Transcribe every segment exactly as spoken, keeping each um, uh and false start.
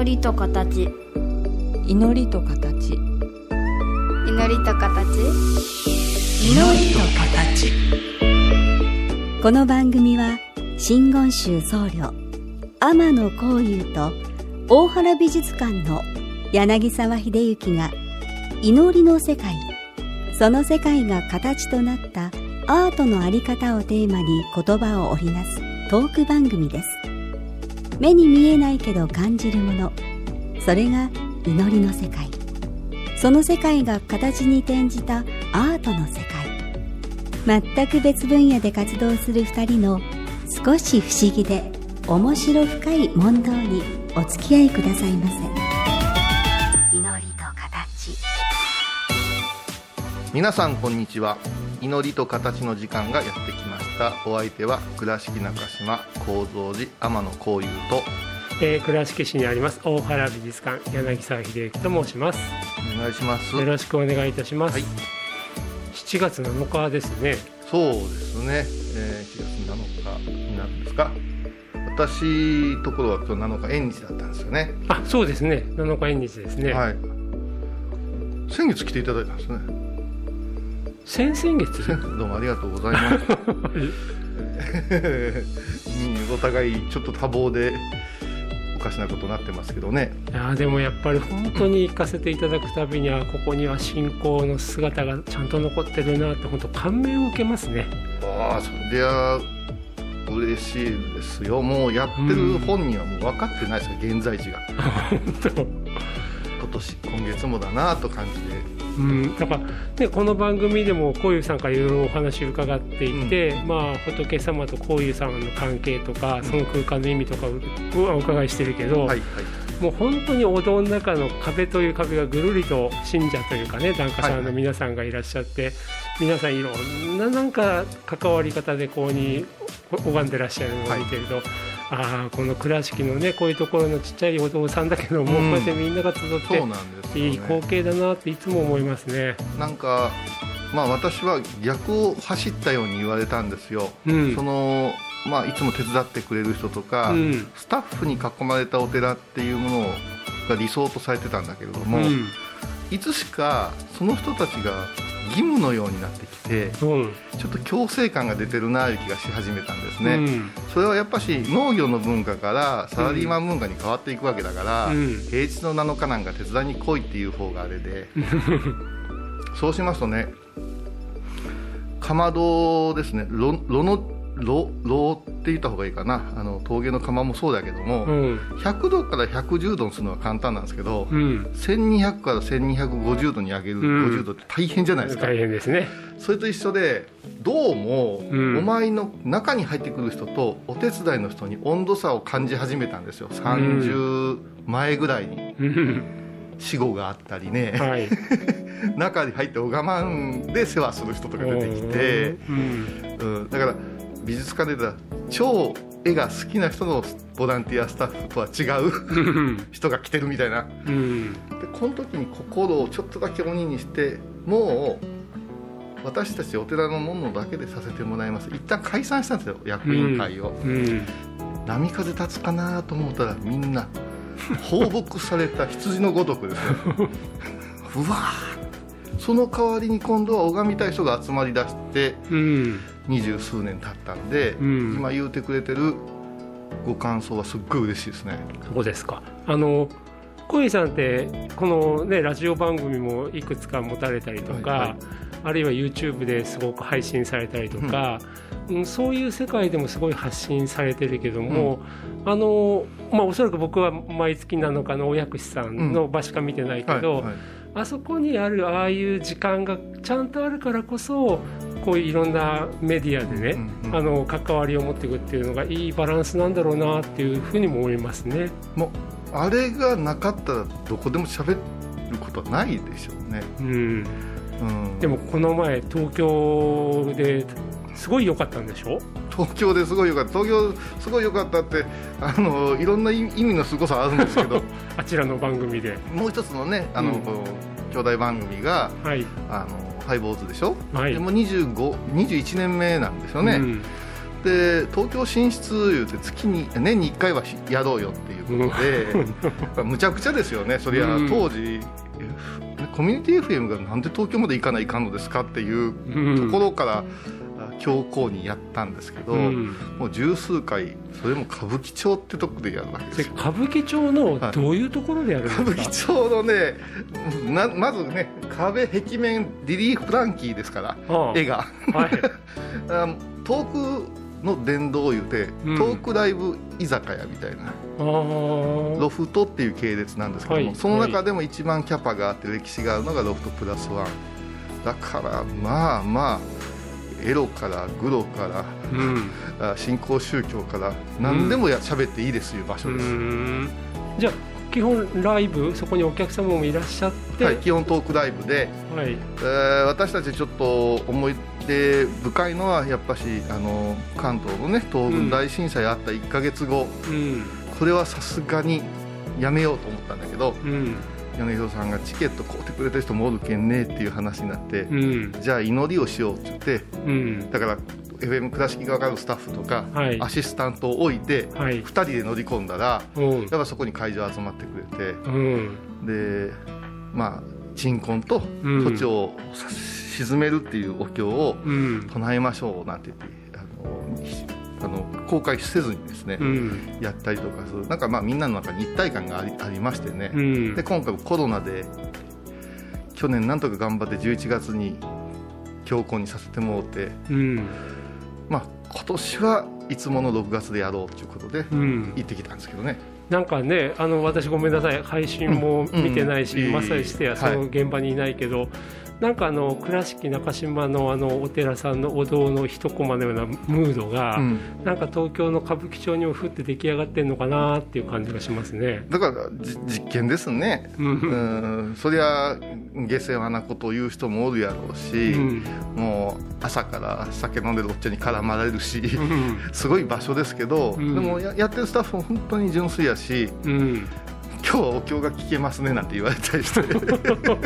祈りと形、 祈りと形、 祈りと形、 祈りと形。 この番組は真言宗僧侶天野幸雄と大原美術館の柳沢秀行が祈りの世界、その世界が形となったアートのあり方をテーマに言葉を織りなすトーク番組です。目に見えないけど感じるもの、それが祈りの世界。その世界が形に転じたアートの世界。全く別分野で活動する二人の少し不思議で面白深い問答にお付き合いくださいませ。祈りと形。 皆さんこんにちは。祈りと形の時間がやってきました。お相手は倉敷中島・高蔵寺天野幸雄と、 えー、倉敷市にあります大原美術館柳沢秀幸と申します。 お願いします。 よろしくお願いいたします、はい、しちがつなのかですね。 そうですね、えー、しちがつなのかになるんですか。私ところは今日なのか縁日だったんですよね。 あ、そうですね、なのか縁日ですね。 はい、先月来ていただいたんですね。 先々月どうもありがとうございますお互いちょっと多忙でおかしなことになってますけどね。 いやでもやっぱり本当に行かせていただくたびには、ここには信仰の姿がちゃんと残ってるなって本当感銘を受けますね。 ああ、そりゃ嬉しいですよ。もうやってる本人はもう分かってないですよ、現在地が本当今年今月もだなと感じで、 うん、だからね、この番組でも幸雄さんからいろいろお話を伺っていて、うん、まあ仏様と幸雄さんの関係とか、うん、その空間の意味とかをお伺いしてるけど、はいはい、もう本当にお堂の中の壁という壁がぐるりと信者というかね、檀家さんの皆さんがいらっしゃって、はいはい、皆さんいろんななんか関わり方でこうに拝んでらっしゃるのを見てると、はい、ああこの倉敷のねこういうところのちっちゃいお堂さんだけども、うん、こうやってみんなが集っていい光景だなっていつも思いますね。 なんかまあ私は逆を走ったように言われたんですよ、うん、そのまあ、いつも手伝ってくれる人とか、うん、スタッフに囲まれたお寺っていうものが理想とされてたんだけれども、うん、いつしかその人たちが義務のようになってきて、うん、ちょっと強制感が出てるなという気がし始めたんですね、うん、それはやっぱし農業の文化からサラリーマン文化に変わっていくわけだから、うん、平日のなのかなんか手伝いに来いっていう方があれでそうしますとね、かまどですね、炉の炉って言った方がいいかな、あの陶芸の窯もそうだけども、うん、ひゃくどからひゃくじゅうどにするのは簡単なんですけど、うん、せんにひゃくからせんにひゃくごじゅうどに上げる、うん、ごじゅうどって大変じゃないですか。 大変ですね。 それと一緒でどうも、うん、お前の中に入ってくる人とお手伝いの人に温度差を感じ始めたんですよ。さんじゅうまえぐらいに、うん、死後があったりね、はい、中に入って拝まんで世話する人とか出てきて、うんうん、だから美術館で言ったら超絵が好きな人のボランティアスタッフとは違う人が来てるみたいな、うん、でこの時に心をちょっとだけ鬼にして、もう私たちお寺のものだけでさせてもらいます、一旦解散したんですよ、役員会を、うんうん、波風立つかなと思ったらみんな放牧された羊のごとくですねうわー、その代わりに今度は拝みたい人が集まりだして、うん二十数年経ったんで、うん、今言うてくれてるご感想はすっごい嬉しいですね。 そうですか。あの小井さんってこの、ね、ラジオ番組もいくつか持たれたりとか、はいはい、あるいは YouTube ですごく配信されたりとか、うん、そういう世界でもすごい発信されてるけども、うん、あのまあ、おそらく僕は毎月なのかのお薬師さんの場しか見てないけど、うんはいはい、あそこにあるああいう時間がちゃんとあるからこそこういういろんなメディアでね、うんうん、あの関わりを持っていくっていうのがいいバランスなんだろうなっていうふうにも思いますね。 もうあれがなかったらどこでも喋ることはないでしょうね、うんうん、でもこの前東京ですごい良かったんでしょ。 東京ですごい良かった、東京すごい良かったってあのいろんな意味のすごさあるんですけどあちらの番組でもう一つのねあの、うん、兄弟番組が、はい、あのハイボーズでしょ、はい、でもにじゅうご、にじゅういちねんめなんですよね、うん、 で東京進出いうて月に年にいっかいはやろうよっていうことで、むちゃくちゃですよね。そりゃ当時、うん、コミュニティ エフエム がなんで東京まで行かないかんのですかっていうところから強硬にやったんですけど、うん、もう十数回、それも歌舞伎町ってとこでやるわけですよ。 歌舞伎町のどういうところでやるんですか？ はい、歌舞伎町のね、なまずね、壁壁面リリー・フランキーですから、ああ絵が、はい、遠くの殿堂を言うて、うん、トークライブ居酒屋みたいな、あロフトっていう系列なんですけども、はい、その中でも一番キャパがあって歴史があるのがロフトプラスワンだから、まあまあエロからグロから、うん、新興宗教から何でもや喋っていいですいう場所です。うん、 じゃあ基本ライブ、そこにお客様もいらっしゃって、 はい、基本トークライブで、はい、えー、私たちちょっと思い出深いのはやっぱしあの関東のね東軍大震災あったいっかげつご、うん、これはさすがにやめようと思ったんだけど、うん、米広さんがチケット買ってくれた人もおるけんねっていう話になって、うん、じゃあ祈りをしようって言って、うん、だから エフエム 倉敷側からのスタッフとか、はい、アシスタントを置いて、はい、ふたりで乗り込んだら、うん、やっぱそこに会場集まってくれて、うん、でまあ鎮魂と土地を沈めるっていうお経を唱えましょうなんて言って、あのあの公開せずにですね、うん、やったりとかする、なんかまあみんなの中に一体感があり、ありましてね、うん、で今回もコロナで去年なんとか頑張ってじゅういちがつに強行にさせてもらって、うん、まあ今年はいつものろくがつでやろうということで行ってきたんですけどね、 うん、なんかね、あの私ごめんなさい、配信も見てないし、まさにしてやその現場にいないけど、はい、なんかあの倉敷中島 の, あのお寺さんのお堂の一コマのようなムードが、うん、なんか東京の歌舞伎町にもふって出来上がってるのかなっていう感じがしますね。 だから実験ですね、うん、そりゃ下世話なことを言う人もおるやろうし、うん、もう朝から酒飲んでるおっちゃんに絡まれるし、うん、すごい場所ですけど、うん、でも や, やってるスタッフも本当に純粋やし、うん、今日はお経が聞けますねなんて言われたりしてなるほどね、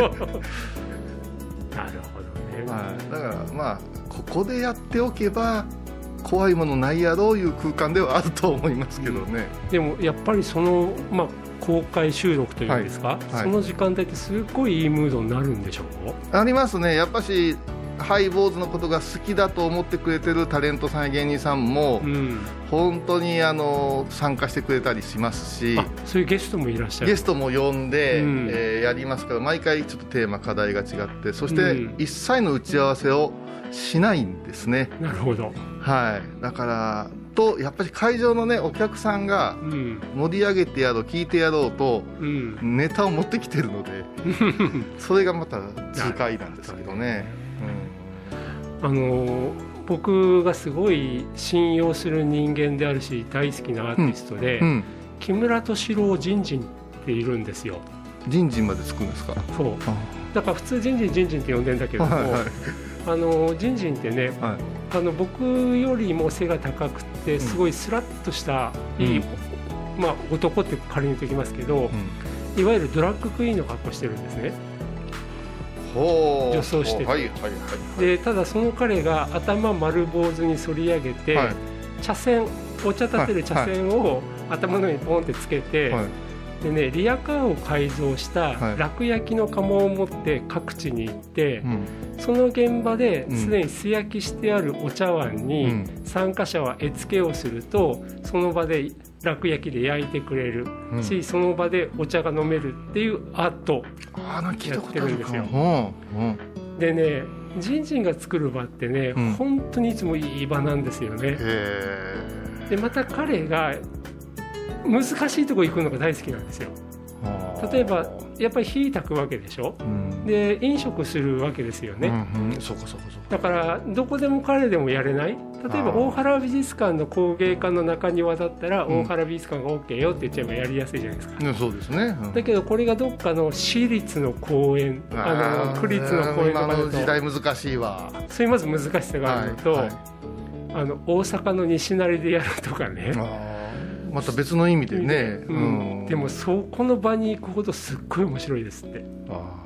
はい、だからまあここでやっておけば怖いものないやろういう空間ではあると思いますけどね、 うん、でもやっぱりその、まあ、公開収録というんですか、はいはい、その時間帯ってすごいいいムードになるんでしょう？ ありますね。やっぱしハイボーズのことが好きだと思ってくれてるタレントさんや芸人さんも、うん、本当にあの参加してくれたりしますし、 あ、そういうゲストもいらっしゃる。 ゲストも呼んで、うん、えー、やりますから、毎回ちょっとテーマ課題が違って、そして一切の打ち合わせをしないんですね、 うん、なるほど、 はい、だからとやっぱり会場のねお客さんが盛り上げてやろう聞いてやろうと、うん、ネタを持ってきてるのでそれがまた痛快なんですけどね、 うん、あの僕がすごい信用する人間であるし大好きなアーティストで、うんうん、木村敏郎ジンジンっているんですよ。 ジンジンまでつくんですか？ そう、だから普通ジンジンジンジンって呼んでんだけども、はいはい、あのジンジンってね、はい、あの僕よりも背が高くてすごいスラッとしたいい、うん、まあ、男って仮に言っておきますけど、うん、いわゆるドラッグクイーンの格好してるんですね。 ほう、 女装してて、 はいはいはいはい、でただその彼が頭丸坊主に反り上げて、はい、茶筅、お茶立てる茶筅を頭の上にポンってつけて、はいはい、でね、リヤカーを改造した楽焼きの窯を持って各地に行って、うん、その現場ですでに素焼きしてあるお茶碗に参加者は絵付けをするとその場で楽焼きで焼いてくれるし、うん、その場でお茶が飲めるっていうアートやってるんですよ。でね、ジンジンが作る場ってね、うん、本当にいつもいい場なんですよね。でまた彼が難しいとこ行くのが大好きなんですよ。例えばやっぱり火焚くわけでしょ、うん、で飲食するわけですよね、うんうん、そうかそうかそうか。だからどこでも彼でもやれない。例えば大原美術館の工芸館の中庭だったら、うん、大原美術館が OK よって言っちゃえばやりやすいじゃないですか、うん、そうですね、うん、だけどこれがどっかの私立の公園、あの区立の公園とかだと今の時代難しいわ。 そういうまず難しさがあるのと、はいはい、あの大阪の西成でやるとかね、 また別の意味でね、 うんうん、でもそこの場に行くほどすっごい面白いですって。 あ、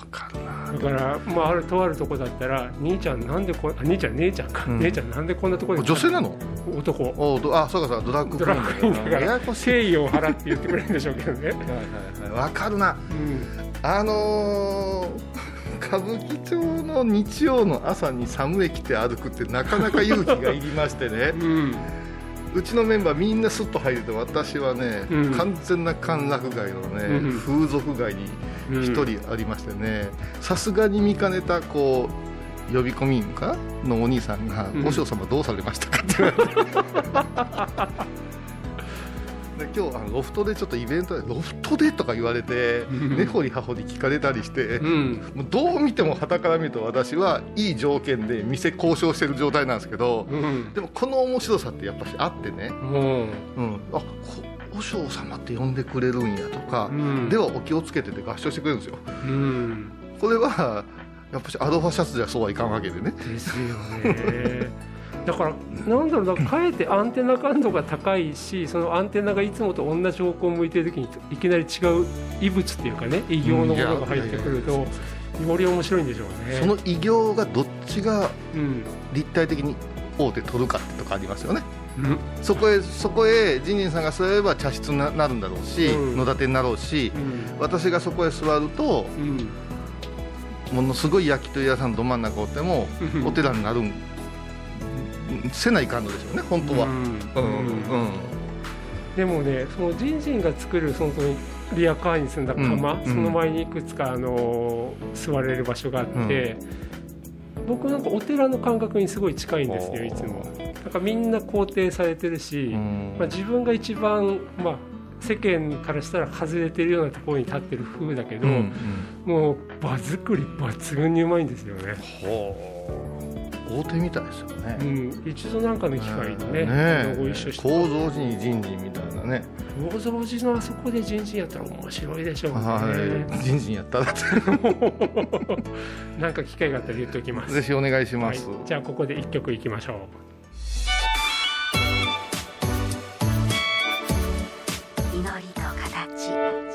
かるな。 だから、まあ、あるとあるとこだったら兄ちゃんなんでこあ兄ちゃん姉ちゃんか、うん、姉ちゃんなんでこんなところで女性なの？ 男。 おあそうかそうか、ドラッグクイーンだからドラッグクイーンだから誠意を払って言ってくれるんでしょうけどね。はいはいはい、分かるな、うん、あのー、歌舞伎町の日曜の朝に寒い着て歩くってなかなか勇気がいりましてね、うん、うちのメンバーみんなスッと入ると、私はね、うん、完全な歓楽街のね、うん、風俗街に一人ありましてね、さすがに見かねたこう呼び込み員かのお兄さんが、うん、和尚様どうされましたかって言われてで今日あのロフトでちょっとイベントでロフトでとか言われて根掘り葉掘り聞かれたりして、うん、もうどう見ても傍から見ると私はいい条件で店交渉してる状態なんですけど、うん、でもこの面白さってやっぱりあってね、うんうん、あ和尚様って呼んでくれるんやとか、うん、ではお気をつけてて合唱してくれるんですよ、うん、これはやっぱりアロハシャツじゃそうはいかんわけでね。 ですよねだからなんだろうな、かえってアンテナ感度が高いし、そのアンテナがいつもと同じ方向を向いてる時にいきなり違う異物っていうかね、異形のものが入ってくるとより面白いんでしょうね。 その異形がどっちが立体的に大手取るかってとこありますよね、うん、そこへそこへジンジンさんが座れば茶室になるんだろうし、うん、野立てになろうし、うん、私がそこへ座ると、うん、ものすごい焼き鳥屋さんど真ん中おってもお寺になるんせないかんのでしょうね本当は、うんうんうん、 でもね、そのジンジンが作るそのリアカーに住んだ窯、うん、その前にいくつかあの座れる場所があって、うん、僕なんかお寺の感覚にすごい近いんですよいつも。だからみんな肯定されてるし、うんまあ、自分が一番、まあ、世間からしたら外れてるようなところに立ってる風だけど、うんうん、もう場作り抜群にうまいんですよね。 ほう大手みたいですよね、 うん、一度なんかの機会にね、 ねご一緒して高蔵寺にジンジンみたいなね。 高蔵寺のあそこでジンジンやったら面白いでしょうね。 はい、ジンジンやったらってなんか機会があったら言っておきます。 ぜひお願いします、 はい、じゃあここでいっきょくいきましょう。 祈りと形。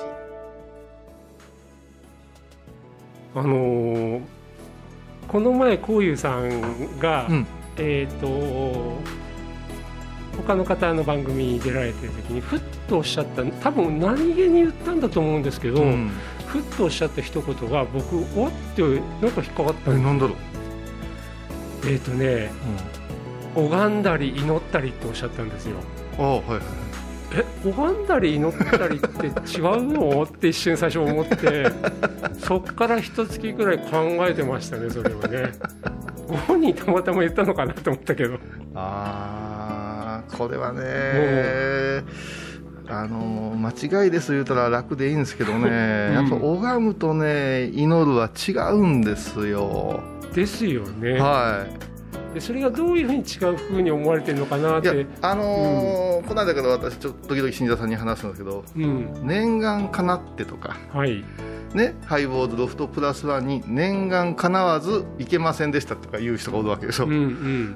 あのーこの前こういうさんが、うん、えーと他の方の番組に出られてる時にふっとおっしゃった、多分何気に言ったんだと思うんですけど、うん、ふっとおっしゃった一言が僕おってなんか引っかかったんです。 え、なんだろう。 えーとね、うん、拝んだり祈ったりっておっしゃったんですよ。 ああ、はいはい。 え、拝んだり祈ったりって違うのって一瞬最初思ってそっから一月くらい考えてましたねそれをね。ご本人たまたま言ったのかなと思ったけど、 あーこれはねあの間違いです言うたら楽でいいんですけどね、うん、やっぱ拝むとね祈るは違うんですよ。 ですよね。 はいでそれがどういうふうに違うふうに思われてるのかなって。いやあのーうん、この間から私ちょっと時々信者さんに話すんですけど、うん、念願かなってとか、はいね、ハイボーズロフトプラスワンに念願かなわずいけませんでしたとか言う人がおるわけでしょ、うんうん、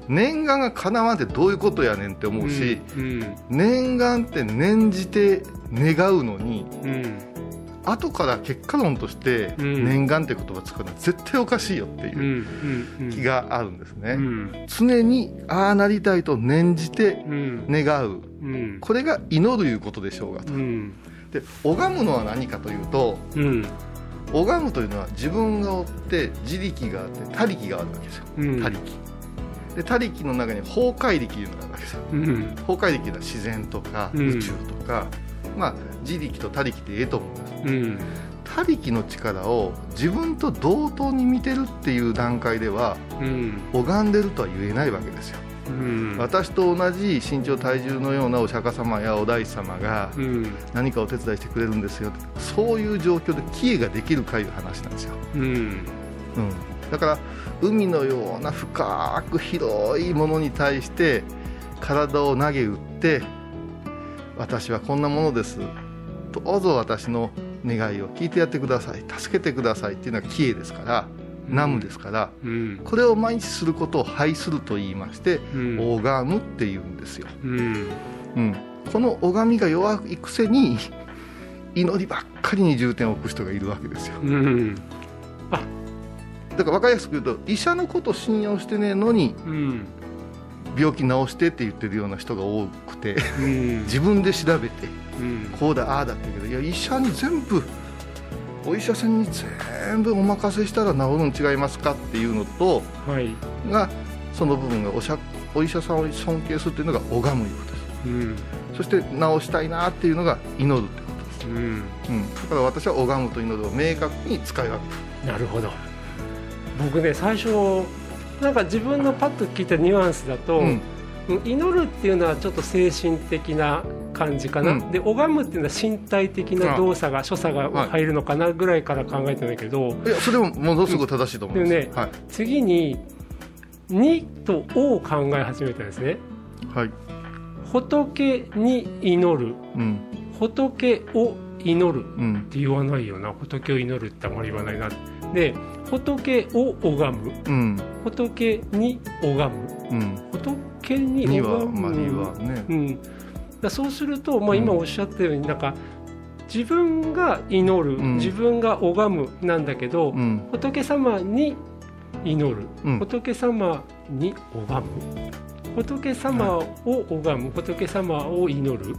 念願がかなわんってどういうことやねんって思うし、うんうん、念願って念じて願うのに、うん後から結果論として念願って言葉を使うのは絶対おかしいよっていう気があるんですね、うんうんうん、常にああなりたいと念じて願う、うん、これが祈るいうことでしょうがと、うん、で拝むのは何かというと、うん、拝むというのは自分がおって自力があって他力があるわけですよ、うん、他力で他力の中に法界力というのがあるわけですよ、うん、法界力というのは自然とか宇宙とか、うんまあ、自力と他力ってええと思うんです、うん、他力の力を自分と同等に見てるっていう段階では、うん、拝んでるとは言えないわけですよ、うん、私と同じ身長体重のようなお釈迦様やお大師様が何かお手伝いしてくれるんですよ、うん、そういう状況で帰依ができるかいう話なんですよ、うんうん、だから海のような深く広いものに対して体を投げ打って私はこんなものですどうぞ私の願いを聞いてやってください助けてくださいっていうのは帰依ですから、うん、ナムですから、うん、これを毎日することを拝すると言いまして、うん、拝むっていうんですよ、うんうん、この拝みが弱いくせに祈りばっかりに重点を置く人がいるわけですよ、うん、 あだから分かりやすく言うと医者のことを信用してねえのに、うん、病気治してって言ってるような人が多くて、うん、自分で調べて、うん、こうだああだって言うけど、いや医者に全部お医者さんに全部お任せしたら治るん違いますかっていうのと、はい、がその部分が お, しゃお医者さんを尊敬するっていうのが拝むいうことです、うん、そして治したいなっていうのが祈るってことです、うんうん、だから私は拝むと祈るを明確に使い分ける。 なるほど。僕ね最初なんか自分のパッと聞いたニュアンスだと、うん、祈るっていうのはちょっと精神的な感じかな、うん、で拝むっていうのは身体的な動作が所作が入るのかなぐらいから考えてんだけど、 いやそれもものすごく正しいと思います、 うんでねはい、次ににとを考え始めたんですね、はい、仏に祈る、うん、仏を祈るって言わないよな、うん、仏を祈るってあまり言わないな。で仏を拝む、うん、仏に拝む、うん、仏に拝むには、まあにはねうん、だそうすると、まあ、今おっしゃったように、うん、なんか自分が祈る、うん、自分が拝むなんだけど、うん、仏様に祈る、うん、仏様に拝む、仏様を拝む、仏様を祈る、うん、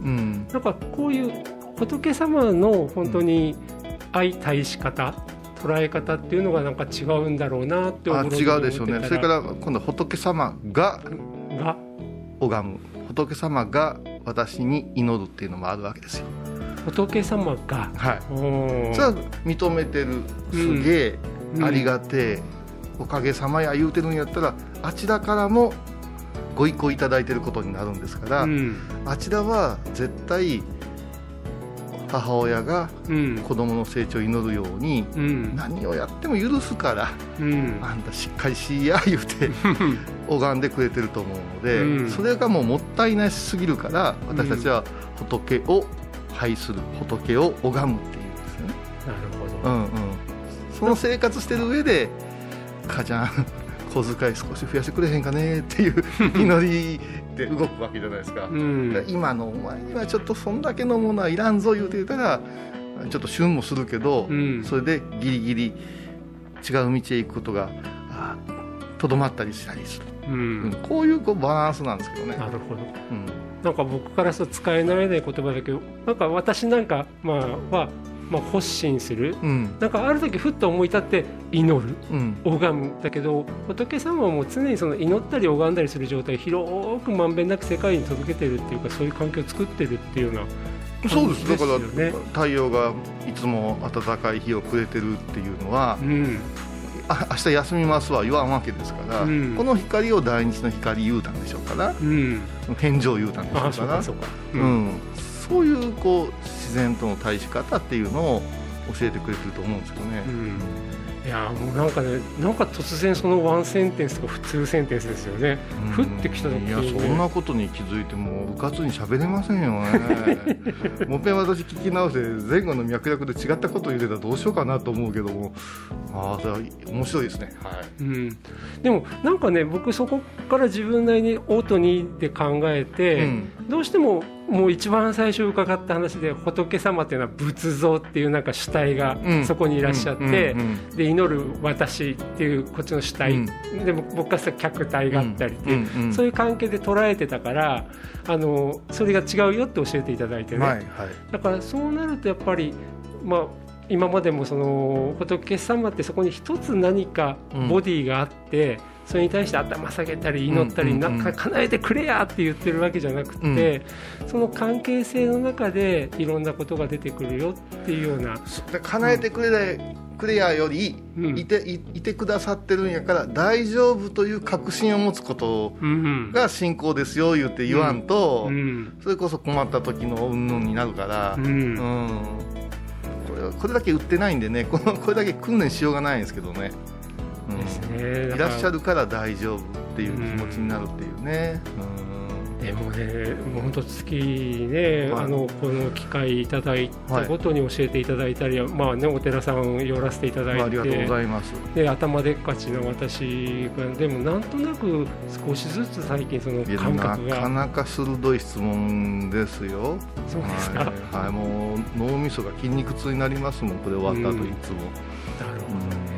なんかこういう仏様の本当に相対し方、捉え方っていうのがなんか違うんだろうなって思ってたら、 あ違うでしょうね。それから今度仏様がが拝む、仏様が私に祈るっていうのもあるわけですよ。 仏様が、 はい、それは認めてる、すげえ、うん、ありがてえ、うん、おかげさまや言うてるんやったら、あちらからもご意向いただいてることになるんですから、うん、あちらは絶対母親が子供の成長を祈るように、うん、何をやっても許すから、うん、あんたしっかりしや言うて拝んでくれてると思うので、うん、それがもうもったいなしすぎるから、私たちは仏を拝する、仏を拝むっていうんですよね。 なるほど、うんうん、 その生活してる上で母ちゃん小遣い少し増やしてくれへんかねっていう祈りで動くわけじゃないですか、うん、今のお前にはちょっとそんだけのものはいらんぞ言うて言ったらちょっと旬もするけど、うん、それでギリギリ違う道へ行くことがとどまったりしたりする、うんうん、こういうこうバランスなんですけどね。 なるほど、うん、なんか僕からすると使え慣れない言葉だけど、なんか私なんかまあはまあ、発信する、うん、なんかある時ふっと思い立って祈る、うん、拝むだけど、仏様はもう常にその祈ったり拝んだりする状態を広くまんべんなく世界に届けてるっていうか、そういう環境を作ってるっていうようなそうです。だから太陽がいつも暖かい日をくれてるっていうのは、うん、あ明日休みますは言わんわけですから、うん、この光を大日の光言うたんでしょうから、うん、天上言うたんでしょうから、そうかそうか、うんうん、そういうこう自然との対し方っていうのを教えてくれてると思うんですけどね、 うん、いやもうなんかね、なんか突然そのワンセンテンスとか普通センテンスですよね、うん、降ってきた時に、 ね、いやそんなことに気づいてもうかつに喋れませんよねもっぺん私聞き直して前後の脈絡で違ったこと言うてたらどうしようかなと思うけども、ああそれは面白いですね、はいうん、でもなんかね、僕そこから自分なりに音にで考えて、うん、どうしてももう一番最初伺った話で、仏様っていうのは仏像っていうなんか主体がそこにいらっしゃって、うんうんうんうん、で祈る私っていうこっちの主体、うん、でも僕からしたら客体があったりっていう、うんうんうん、そういう関係で捉えてたから、あのそれが違うよって教えていただいてね、はいはい、だからそうなるとやっぱり、まあ、今までもその仏様ってそこに一つ何かボディがあって、うん、それに対して頭下げたり祈ったり、うんうんうん、なんか叶えてくれやって言ってるわけじゃなくて、うん、その関係性の中でいろんなことが出てくるよっていうような、 叶えてくれない、うん、くれやより、うん、いて、い、いてくださってるんやから大丈夫という確信を持つことが信仰ですよ言って言わんと、うんうん、それこそ困った時の云々になるから、うんうんこれ、これだけ売ってないんでね、このこれだけ訓練しようがないんですけどね、うんですね、いらっしゃるから大丈夫っていう気持ちになるっていうね、うんでもね、もう本当月ね、はい、あのこの機会いただいたことに教えていただいたり、はいまあね、お寺さん寄らせていただいて、 ありがとうございます。 で頭でっかちな私がでもなんとなく少しずつ最近その感覚がなかなか鋭い質問ですよ。 そうですか、 はいはい、もう脳みそが筋肉痛になりますもん、これ終わった後いつも、 うん、なるほど、ね、 あの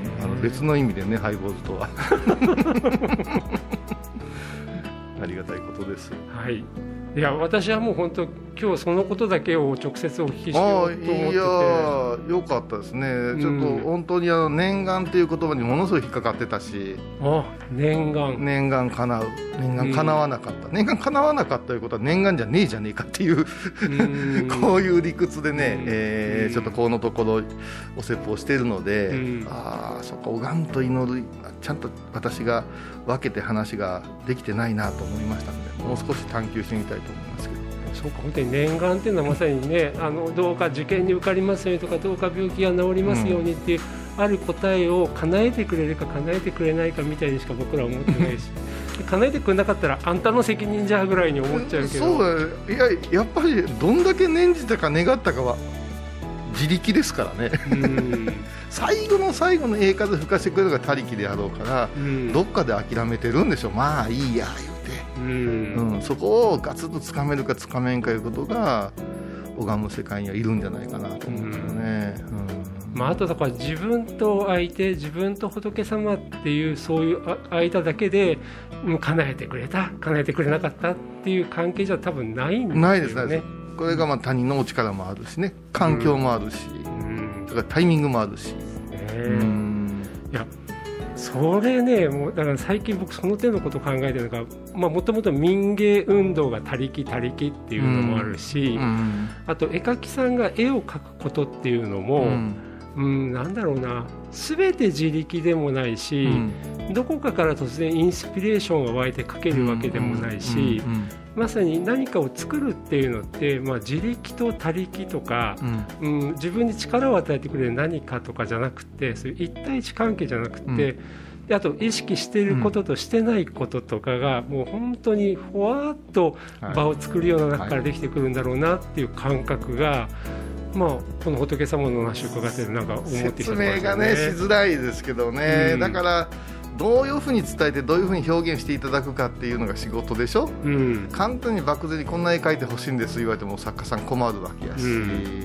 別の意味でね、ハイボーズとはありがたいことです。 はい、いや私はもう本当今日そのことだけを直接お聞きしようと思ってて、 いやよかったですね、うん、ちょっと本当にあの念願っていう言葉にものすごい引っかかってたし、 あ念願念願叶う、念願叶わなかった、うん、念願叶わなかったということは念願じゃねえじゃねえかっていうこういう理屈でね、えー、ちょっとこのところお説法しているので、うん、ああそっか、拝むと祈る、ちゃんと私が分けて話ができてないなと思いましたので、もう少し探求してみたいと思いますけど。 そうか、本当に念願っていうのはまさにね、あのどうか受験に受かりますようにとか、どうか病気が治りますようにっていう、うん、ある答えを叶えてくれるか叶えてくれないかみたいにしか僕らは思ってないし叶えてくれなかったらあんたの責任じゃぐらいに思っちゃうけど、 そうだ、いや、やっぱりどんだけ念じたか願ったかは自力ですからねうん最後の最後のええ風吹かしてくれるのが他力であろうから、うん、どっかで諦めてるんでしょう。まあいいや言うて、うんうん、そこをガツッとつかめるかつかめんかいうことが拝む世界にはいるんじゃないかなと思うんですよね、うんうん、 まあ、あとだから自分と相手、自分と仏様っていうそういう間だけで、うん、叶えてくれた叶えてくれなかったっていう関係じゃ多分ないんですよね。 ないですないです。これがまあ他人のお力もあるしね、環境もあるし、うん、だからタイミングもあるし、 うん、いやそれね、もうだから最近僕その手のことを考えてるのが、もともと民芸運動が他力他力っていうのもあるし、うんうん、あと絵描きさんが絵を描くことっていうのも、うんうん、なんだろうな、全て自力でもないし、うん、どこかから突然インスピレーションが湧いて描けるわけでもないし、うんうんうんうん、まさに何かを作るっていうのって、まあ、自力と他力とか、うんうん、自分に力を与えてくれる何かとかじゃなくて、そういう一対一関係じゃなくて、うん、であと意識していることとしてないこととかが、もう本当にふわっと場を作るような中からできてくるんだろうなっていう感覚が、まあ、この仏様の話を伺ってなんか思ってきた、ね、 説明がねしづらいですけどね、うん、だからどういうふうに伝えてどういうふうに表現していただくかっていうのが仕事でしょ、うん、簡単に漠然にこんな絵描いてほしいんです言われても作家さん困るわけやし、うん、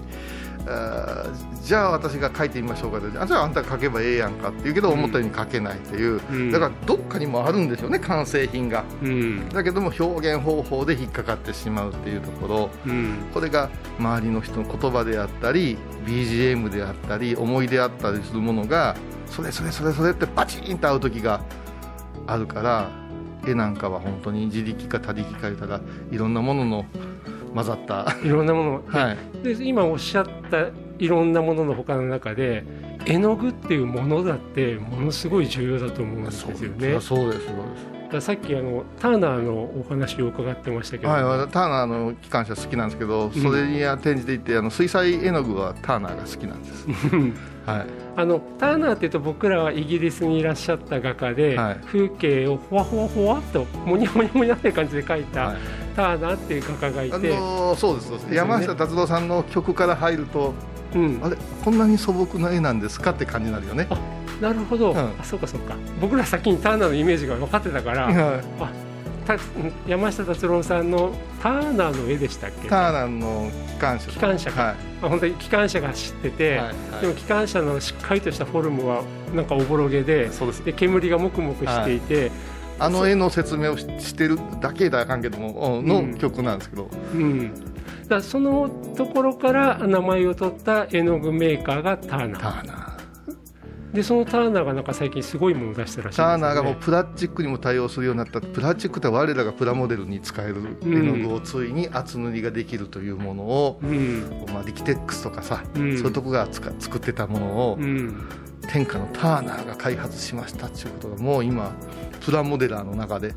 あじゃあ私が描いてみましょうかって、あじゃああんたが描けばええやんかって言うけど思ったように描けないっていう、うん、だからどっかにもあるんですよね完成品が、うん、だけども表現方法で引っかかってしまうっていうところ、うん、これが周りの人の言葉であったり ビージーエム であったり思い出あったりするものがそれそれそれそれってバチンと合う時があるから、絵なんかは本当に自力か他力か言ったらいろんなものの混ざったいろんなもの、はい、で今おっしゃったいろんなものの他の中で絵の具っていうものだってものすごい重要だと思うんですよね。 そうです、そうです。 さっきあのターナーのお話を伺ってましたけど、 はい、ターナーの機関車好きなんですけど、それに転じていってあの水彩絵の具はターナーが好きなんですはい、 あのターナーっていうと僕らはイギリスにいらっしゃった画家で、はい、風景をほわほわほわっともにゃもにゃもにゃって感じで描いた、はい、ターナーっていう画家がいて、あのー、そうですそうです、山下達郎さんの曲から入ると、うん、あれこんなに素朴な絵なんですかって感じになるよね。 あなるほど、うん、あそうかそうか、僕ら先にターナーのイメージが分かってたから、はい、あた山下達郎さんのターナーの絵でしたっけ。 ターナーの機関車、 機関車か、はい、あ本当に機関車が走ってて、はいはい、でも機関車のしっかりとしたフォルムはなんかおぼろげ で, そうです、で煙がもくもくしていて、はい、 あの絵の説明を し, してるだけだあかんけどもの曲なんですけど、 うんうん、だからそのところから名前を取った絵の具メーカーがターナー。 ターナーでそのターナーがなんか最近すごいものを出したらしいです、ね、 ターナーがもうプラスチックにも対応するようになった。プラスチックって我らがプラモデルに使える絵の具をついに厚塗りができるというものを、うんまあ、リキテックスとかさ、うん、そういうとこがつか作ってたものを、うん、天下のターナーが開発しましたっていうことがもう今プラモデラーの中で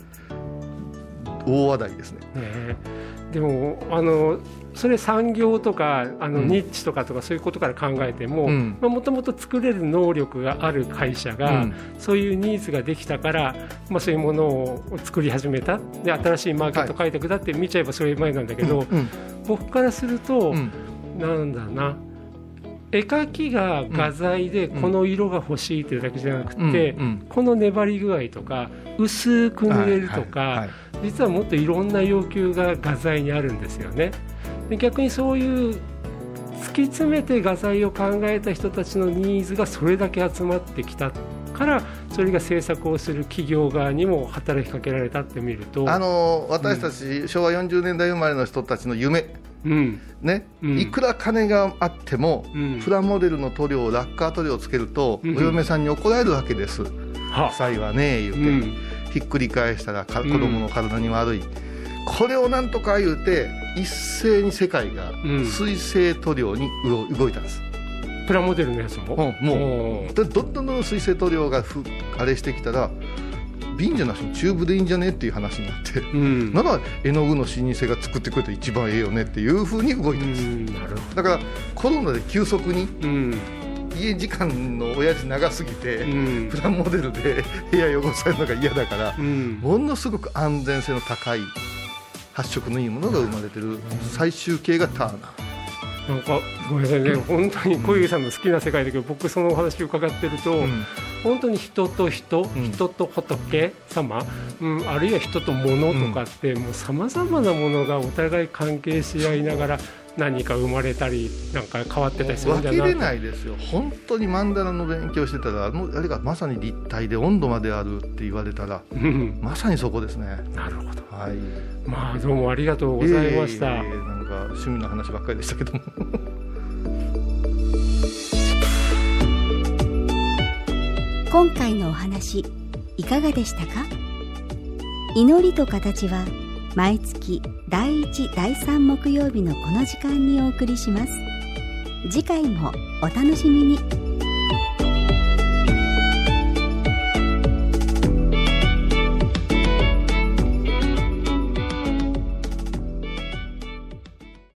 大話題ですね。 ねでもあのそれ産業とかあのニッチとかとかそういうことから考えてももともと作れる能力がある会社が、うん、そういうニーズができたから、まあ、そういうものを作り始めた。で新しいマーケット開拓だって見ちゃえばそれ前なんだけど、はいうんうん、僕からすると、うん、なんだな絵描きが画材でこの色が欲しいというだけじゃなくて、うんうん、この粘り具合とか薄く塗れるとか、はいはいはい、実はもっといろんな要求が画材にあるんですよね。で逆にそういう突きき詰めて画材を考えた人たちのニーズがそれだけ集まってきたからそれが制作をする企業側にも働きかけられたって見るとあの私たち、うん、しょうわよんじゅうねんだい生まれの人たちの夢、うんねうん、いくら金があっても、うん、プラモデルの塗料ラッカー塗料をつけると、うん、お嫁さんに怒られるわけです、うん、際はね言うて、うん、ひっくり返したら子供の体に悪い、うん、これをなんとか言うて一斉に世界が水性塗料に動いたんです、 うん、プラモデルのやつも、 うん、もうどんどんどん水性塗料がふあれしてきたら瓶じゃなしにチューブでいいんじゃねっていう話になって、うん、なら絵の具の老舗が作ってくれたら一番ええよねっていうふうに動いたんです、うん、なるほど。だからコロナで急速に、うん、家時間の親父長すぎて、うん、プラモデルで部屋汚されるのが嫌だから、うん、ものすごく安全性の高い発色のいいものが生まれてる最終形がターナー。 なんかごめんなさいね、本当に小池さんの好きな世界だけど、僕そのお話を伺ってると、うん、本当に人と人、うん、人と仏様、うん、あるいは人と物とかって、うん、もうさまざまなものがお互い関係し合いながら何か生まれたりなんか変わってたりするんじゃないか。 分けれないですよ。本当に曼荼羅の勉強してたら、あのあれがまさに立体で温度まであるって言われたら、うん、まさにそこですね。 なるほど、 はい、 まあどうもありがとうございました。 えーえー、なんか趣味の話ばっかりでしたけども今回のお話いかがでしたか？祈りと形は毎月だいいち、だいさん木曜日のこの時間にお送りします。次回もお楽しみに。